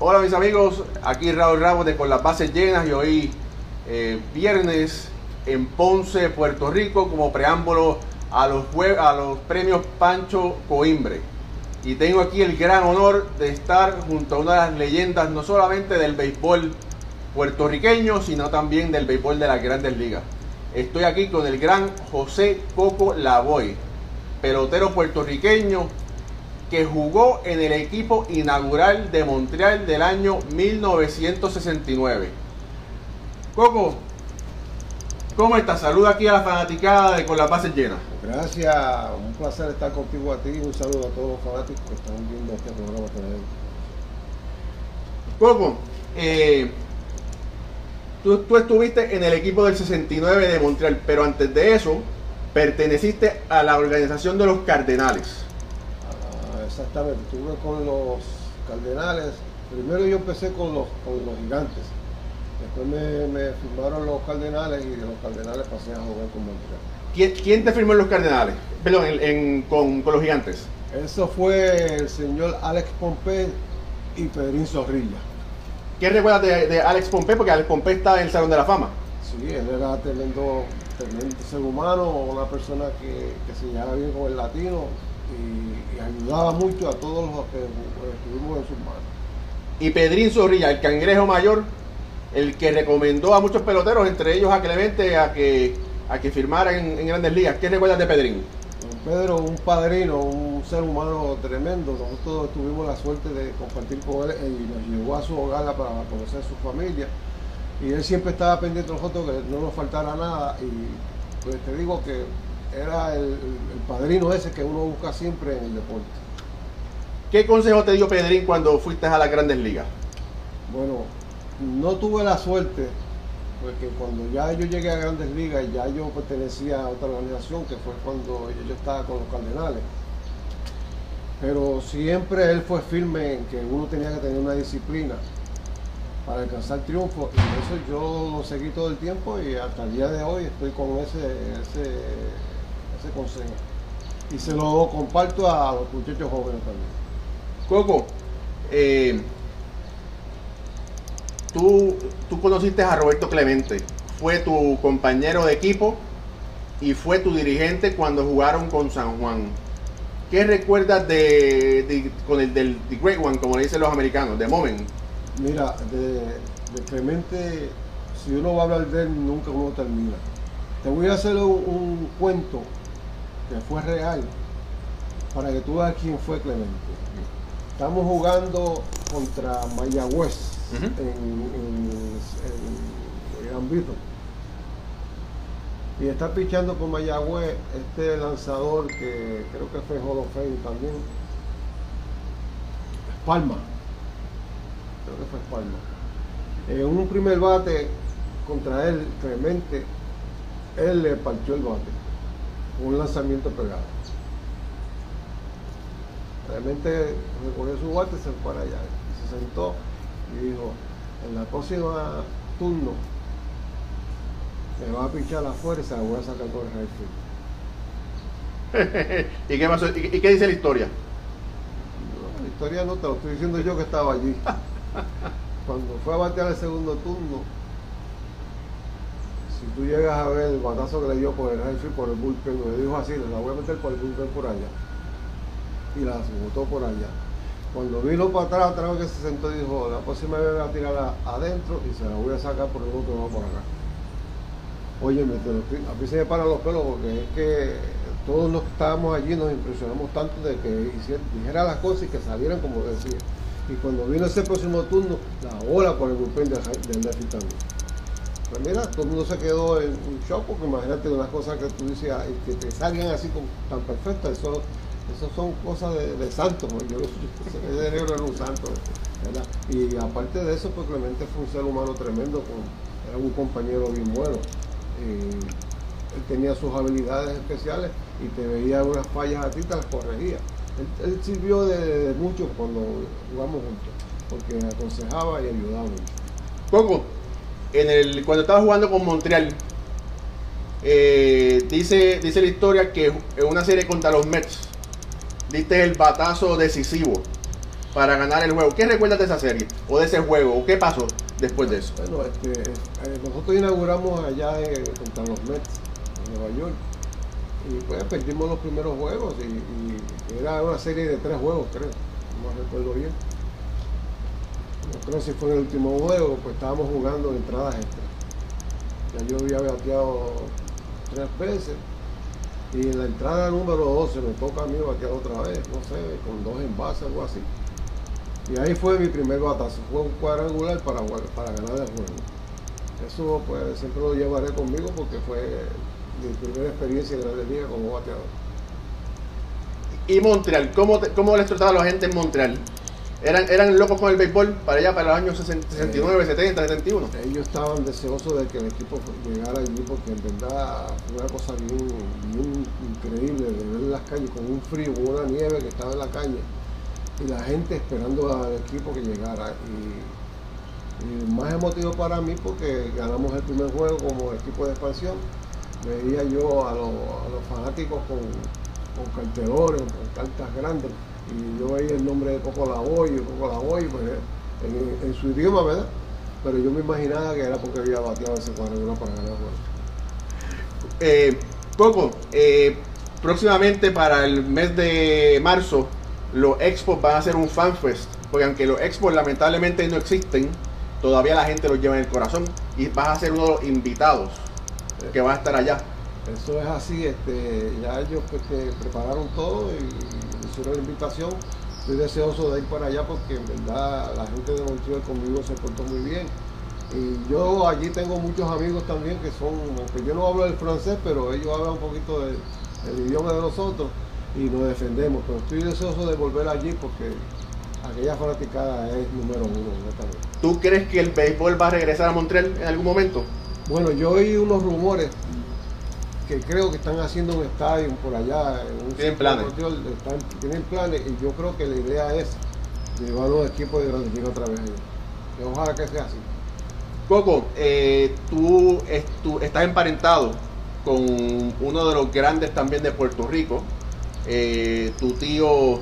Hola mis amigos, aquí Raúl Ramos de Con las Bases Llenas y hoy viernes en Ponce, Puerto Rico, como preámbulo a los premios Pancho Coimbre. Y tengo aquí el gran honor de estar junto a una de las leyendas no solamente del béisbol puertorriqueño, sino también del béisbol de las Grandes Ligas. Estoy aquí con el gran José Coco Lavoy, pelotero puertorriqueño que jugó en el equipo inaugural de Montreal del año 1969. Coco, ¿cómo estás? Saluda aquí a la fanaticada de Con las Bases Llenas. Gracias, un placer estar contigo a ti y un saludo a todos los fanáticos que están viendo este programa. Coco, tú estuviste en el equipo del 69 de Montreal, pero antes de eso perteneciste a la organización de los Cardenales. Exactamente, estuve con los Cardenales. Primero yo empecé con los Gigantes. Después me firmaron los Cardenales y de los Cardenales pasé a jugar con Montreal. ¿Quién te firmó en los Cardenales? Perdón, con los Gigantes. Eso fue el señor Alex Pompey y Pedrín Zorrilla. ¿Qué recuerdas de Alex Pompey? Porque Alex Pompey está en el Salón de la Fama. Sí, él era tremendo ser humano, una persona que se llevaba bien con el latino y ayudaba mucho a todos los que estuvimos en sus manos. Y Pedrín Zorrilla, el cangrejo mayor, el que recomendó a muchos peloteros, entre ellos a Clemente, a que firmara en Grandes Ligas. ¿Qué recuerdas de Pedrín? Pedro, un padrino, un ser humano tremendo. Nosotros tuvimos la suerte de compartir con él y nos llevó a su hogar para conocer a su familia. Y él siempre estaba pendiente de nosotros, que no nos faltara nada. Y pues te digo que era el padrino ese que uno busca siempre en el deporte. ¿Qué consejo te dio Pedrín cuando fuiste a las Grandes Ligas? Bueno, no tuve la suerte, porque cuando ya yo llegué a Grandes Ligas, ya yo pertenecía a otra organización, que fue cuando yo estaba con los Cardenales. Pero siempre él fue firme en que uno tenía que tener una disciplina para alcanzar triunfos, y eso yo lo seguí todo el tiempo y hasta el día de hoy estoy con ese consejo. Y se lo comparto a los muchachos jóvenes también. Coco, tú conociste a Roberto Clemente, fue tu compañero de equipo y fue tu dirigente cuando jugaron con San Juan. ¿Qué recuerdas con el del The Great One, como le dicen los americanos, de Moment? Mira, de Clemente, si uno va a hablar de él, nunca uno termina. Te voy a hacer un cuento que fue real para que tú veas quién fue Clemente. Estamos jugando contra Mayagüez en Ambito, y está pichando con Mayagüez este lanzador que creo que fue Hall of Fame también, Palma, creo que fue Palma. En un primer bate contra él, Clemente, él le partió el bate con un lanzamiento pegado. Realmente recogió su bate y se fue para allá. Y se sentó y dijo, en la próxima turno me va a pichar afuera y se la voy a sacar por el right field. ¿Y qué pasó? ¿Y qué dice la historia? No, la historia no te lo estoy diciendo yo, que estaba allí. Cuando fue a batear el segundo turno, si tú llegas a ver el batazo que le dio por el right field, por el bullpen, le dijo así, la voy a meter por el bullpen por allá. Y la botó por allá. Cuando vino para atrás, otra vez que se sentó y dijo, la próxima vez voy a tirarla adentro y se la voy a sacar por el otro lado por acá. Oye, a mí se me paran los pelos, porque es que todos los que estábamos allí nos impresionamos tanto de que dijera las cosas y que salieran como decía. Y cuando vino ese próximo turno, la bola por el bullpen del left también. Pues mira, todo el mundo se quedó en un shock, porque imagínate unas cosas que tú dices, que te salgan así tan perfectas. Eso son cosas de santos, ¿no? Yo de negro era un santo, ¿verdad? Y aparte de eso, pues Clemente fue un ser humano tremendo, era un compañero bien bueno. Él tenía sus habilidades especiales y te veía unas fallas a ti, te las corregía. Él sirvió de mucho cuando jugamos juntos, porque aconsejaba y ayudaba mucho. Coco, cuando estaba jugando con Montreal, dice la historia que en una serie contra los Mets diste el batazo decisivo. para ganar el juego. ¿Qué recuerdas de esa serie? ¿O de ese juego? ¿O qué pasó después de eso? Bueno, nosotros inauguramos allá contra los Mets en Nueva York. Y pues perdimos los primeros juegos y era una serie de 3 juegos, creo. No recuerdo bien. No creo si fue en el último juego, pues estábamos jugando en entradas extras. Ya yo había bateado 3 veces. Y en la entrada número 12 me toca a mí batear otra vez, no sé, con 2 envases, algo así. Y ahí fue mi primer batazo, fue un cuadrangular para ganar el juego. Eso pues siempre lo llevaré conmigo porque fue mi primera experiencia en Grandes Ligas como bateador. ¿Y Montreal? ¿Cómo les trataba a la gente en Montreal? ¿Eran locos con el béisbol para allá, para los años 69, 70, 71? Ellos estaban deseosos de que el equipo llegara allí porque en verdad fue una cosa bien increíble de ver las calles con un frío, con una nieve que estaba en la calle y la gente esperando al equipo que llegara. Y más emotivo para mí porque ganamos el primer juego como equipo de expansión. Veía yo a los fanáticos con cartelones, con cartas grandes. Y yo veía el nombre de Coco Lavoie, pues, en su idioma, ¿verdad? Pero yo me imaginaba que era porque había bateado ese cuadrangular para ganar el juego. Coco, próximamente para el mes de marzo, los Expos van a hacer un FanFest, porque aunque los Expos lamentablemente no existen, todavía la gente los lleva en el corazón y vas a ser uno de los invitados que va a estar allá. Eso es así, ya ellos prepararon todo y hicieron la invitación. Estoy deseoso de ir para allá porque en verdad la gente de Montreal conmigo se portó muy bien. Y yo allí tengo muchos amigos también que son, aunque yo no hablo el francés, pero ellos hablan un poquito del idioma de nosotros y nos defendemos. Pero estoy deseoso de volver allí porque aquella fanaticada es número 1, honestamente. ¿Tú crees que el béisbol va a regresar a Montreal en algún momento? Bueno, yo oí unos rumores que creo que están haciendo un estadio por allá. ¿Tienen planes? Tienen planes y yo creo que la idea es llevar los equipos de Grandes Ligas otra vez allá. Y ojalá que sea así. Coco, tú estás emparentado con uno de los grandes también de Puerto Rico. Tu tío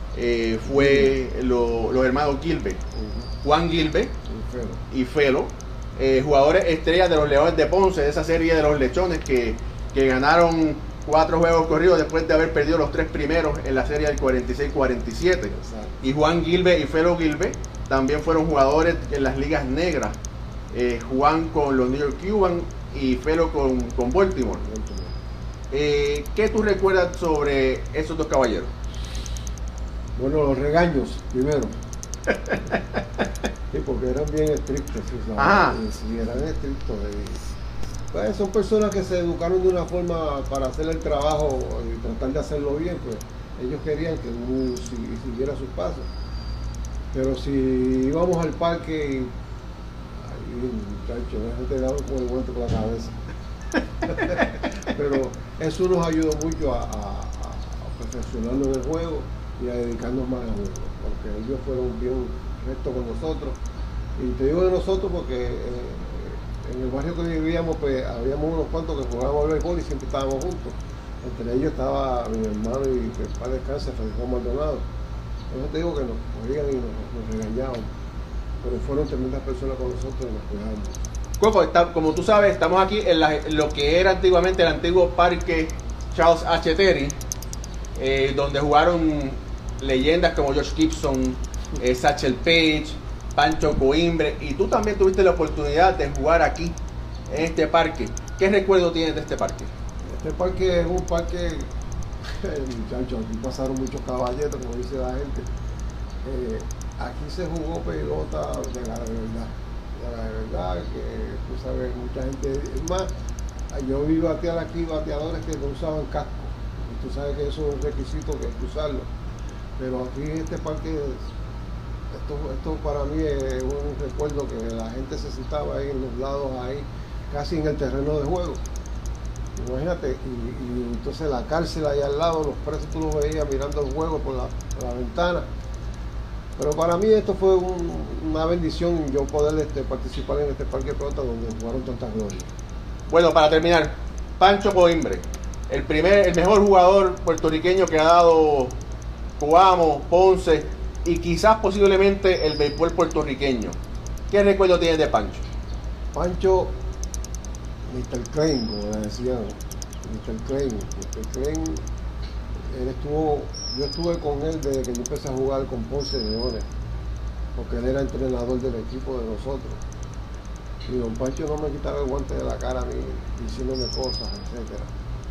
fue los hermanos Gilbert, Juan Gilbert y Felo, jugadores estrellas de los Leones de Ponce, de esa serie de los Lechones que ganaron 4 juegos corridos después de haber perdido los 3 primeros en la serie del 46-47. Y Juan Gilbert y Felo Gilbert también fueron jugadores en las ligas negras. Juan con los New York Cubans y Felo con Baltimore. ¿Qué tú recuerdas sobre esos dos caballeros? Bueno, los regaños, primero. Sí, porque eran bien estrictos. Sí, eran estrictos. Pues son personas que se educaron de una forma para hacer el trabajo y tratar de hacerlo bien. Pues ellos querían que uno siguiera sus pasos. Pero si íbamos al parque, muchachos, la gente daba con el guante por la cabeza. Pero eso nos ayudó mucho a perfeccionarnos en el juego y a dedicarnos más al juego, porque ellos fueron bien rectos con nosotros. Y te digo de nosotros porque en el barrio que vivíamos, pues habíamos unos cuantos que jugábamos béisbol y siempre estábamos juntos. Entre ellos estaba mi hermano y que para descansar, Francisco Maldonado. Entonces te digo que nos cogían y nos regañaban, pero fueron tremendas personas con nosotros y nos cuidaban. Coco, como tú sabes, estamos aquí en lo que era antiguamente el antiguo parque Charles H. Terry, donde jugaron leyendas como George Gibson, Satchel Paige, Pancho Coimbre, y tú también tuviste la oportunidad de jugar aquí, en este parque. ¿Qué recuerdo tienes de este parque? Este parque es un parque, muchachos, aquí pasaron muchos caballeros, como dice la gente. Aquí se jugó pelota de la verdad, que tú sabes, mucha gente, es más, yo vi batear aquí bateadores que no usaban casco, y tú sabes que eso es un requisito que hay que usarlo, pero aquí en este parque, esto para mí es un recuerdo que la gente se sentaba ahí en los lados, ahí, casi en el terreno de juego, imagínate, y entonces la cárcel ahí al lado, los presos tú los veías mirando el juego por la ventana. Pero para mí esto fue una bendición yo poder participar en este parque de pelota donde jugaron tantas glorias. Bueno, para terminar, Pancho Coimbre, el mejor jugador puertorriqueño que ha dado Coamo, Ponce y quizás posiblemente el béisbol puertorriqueño. ¿Qué recuerdo tienes de Pancho? Pancho, Mr. Crane, como le decían, Mr. Crane. Mr. Crane, yo estuve con él desde que yo empecé a jugar con Ponce de Leones, porque él era entrenador del equipo de nosotros. Y don Pancho no me quitaba el guante de la cara a mí, diciéndome cosas, etc.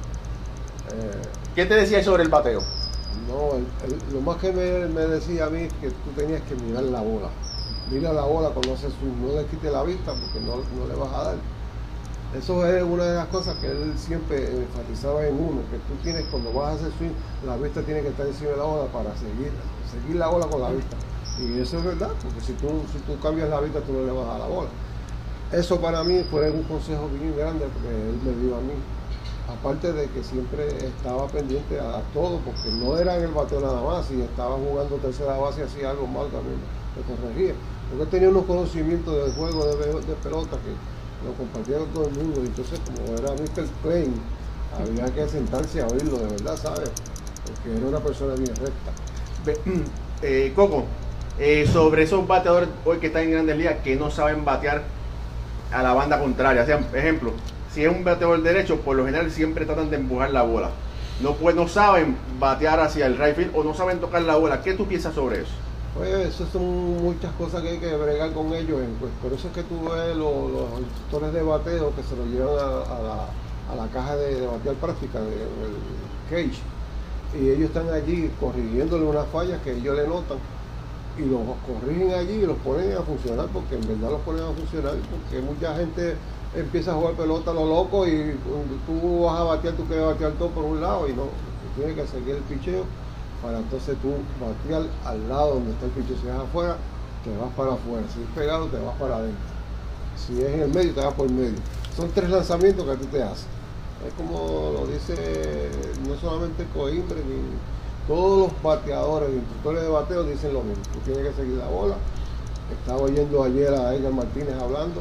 ¿Qué te decía sobre el bateo? No, lo más que me decía a mí es que tú tenías que mirar la bola. Mira la bola cuando hace swing, no le quites la vista porque no le vas a dar. Eso es una de las cosas que él siempre enfatizaba en uno, que tú tienes, cuando vas a hacer swing, la vista tiene que estar encima de la bola para seguir la bola con la vista. Y eso es verdad, porque si tú cambias la vista, tú no le vas a dar la bola. Eso para mí fue un consejo bien grande que él me dio a mí. Aparte de que siempre estaba pendiente a todo, porque no era en el bateo nada más, si estaba jugando tercera base y hacía algo mal también me corregía. Porque él tenía unos conocimientos del juego de pelota que lo compartía con todo el mundo, y entonces como era Mr. Crane, había que sentarse a oírlo de verdad, ¿sabes? Porque era una persona bien recta. Coco, sobre esos bateadores hoy que están en Grandes Ligas que no saben batear a la banda contraria, o sea, ejemplo, si es un bateador derecho, por lo general siempre tratan de empujar la bola. No saben batear hacia el right field o no saben tocar la bola. ¿Qué tú piensas sobre eso? Pues eso son muchas cosas que hay que bregar con ellos. Pues por eso es que tú ves los instructores de bateo que se lo llevan a la caja de batear práctica, del cage. Y ellos están allí corrigiéndole unas fallas que ellos le notan. Y los corrigen allí y los ponen a funcionar, porque en verdad los ponen a funcionar, porque mucha gente empieza a jugar pelota a lo loco y tú vas a batear, tú quieres batear todo por un lado y no, tú tienes que seguir el picheo para entonces tú batear al lado donde está el picheo. Si es afuera, te vas para afuera, si es pegado, te vas para adentro, si es en el medio, te vas por el medio. Son 3 lanzamientos que a ti te hacen. Es como lo dice no solamente Coimbre, ni todos los bateadores, los instructores de bateo dicen lo mismo. Tú tienes que seguir la bola. Estaba oyendo ayer a Edgar Martínez hablando,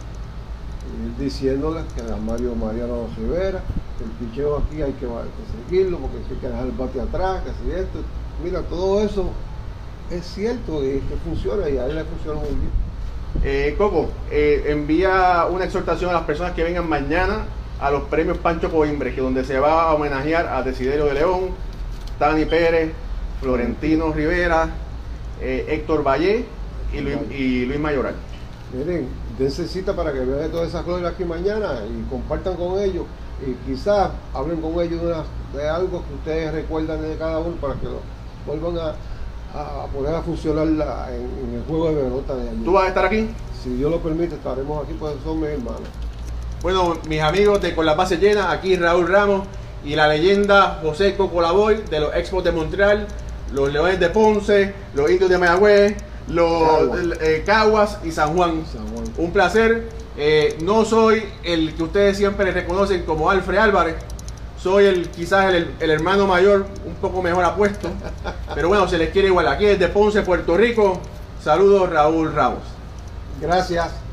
y diciéndole que a Mariano Rivera, que el picheo aquí hay que seguirlo, porque hay que dejar el bate atrás, que si esto. Mira, todo eso es cierto y que funciona, y a él le funciona muy bien. Coco, envía una exhortación a las personas que vengan mañana a los premios Pancho Coimbre, que donde se va a homenajear a Desiderio de León, Tani Pérez, Florentino Rivera, Héctor Valle y Luis Mayoral. Miren, dense cita para que vean todas esas glorias aquí mañana y compartan con ellos, y quizás hablen con ellos de algo que ustedes recuerdan de cada uno, para que lo vuelvan a poner a funcionar en el juego de pelota de ayer. ¿Tú vas a estar aquí? Si Dios lo permite, estaremos aquí, pues son mis hermanos. Bueno, mis amigos de Con las Bases Llenas, aquí Raúl Ramos y la leyenda José Coco Lavoy de los Expos de Montreal, los Leones de Ponce, los Indios de Mayagüez, los Caguas y San Juan. Un placer. No soy el que ustedes siempre reconocen como Alfred Álvarez, soy quizás el hermano mayor, un poco mejor apuesto, pero bueno, se les quiere igual. Aquí desde Ponce, Puerto Rico, saludos, Raúl Ramos. Gracias.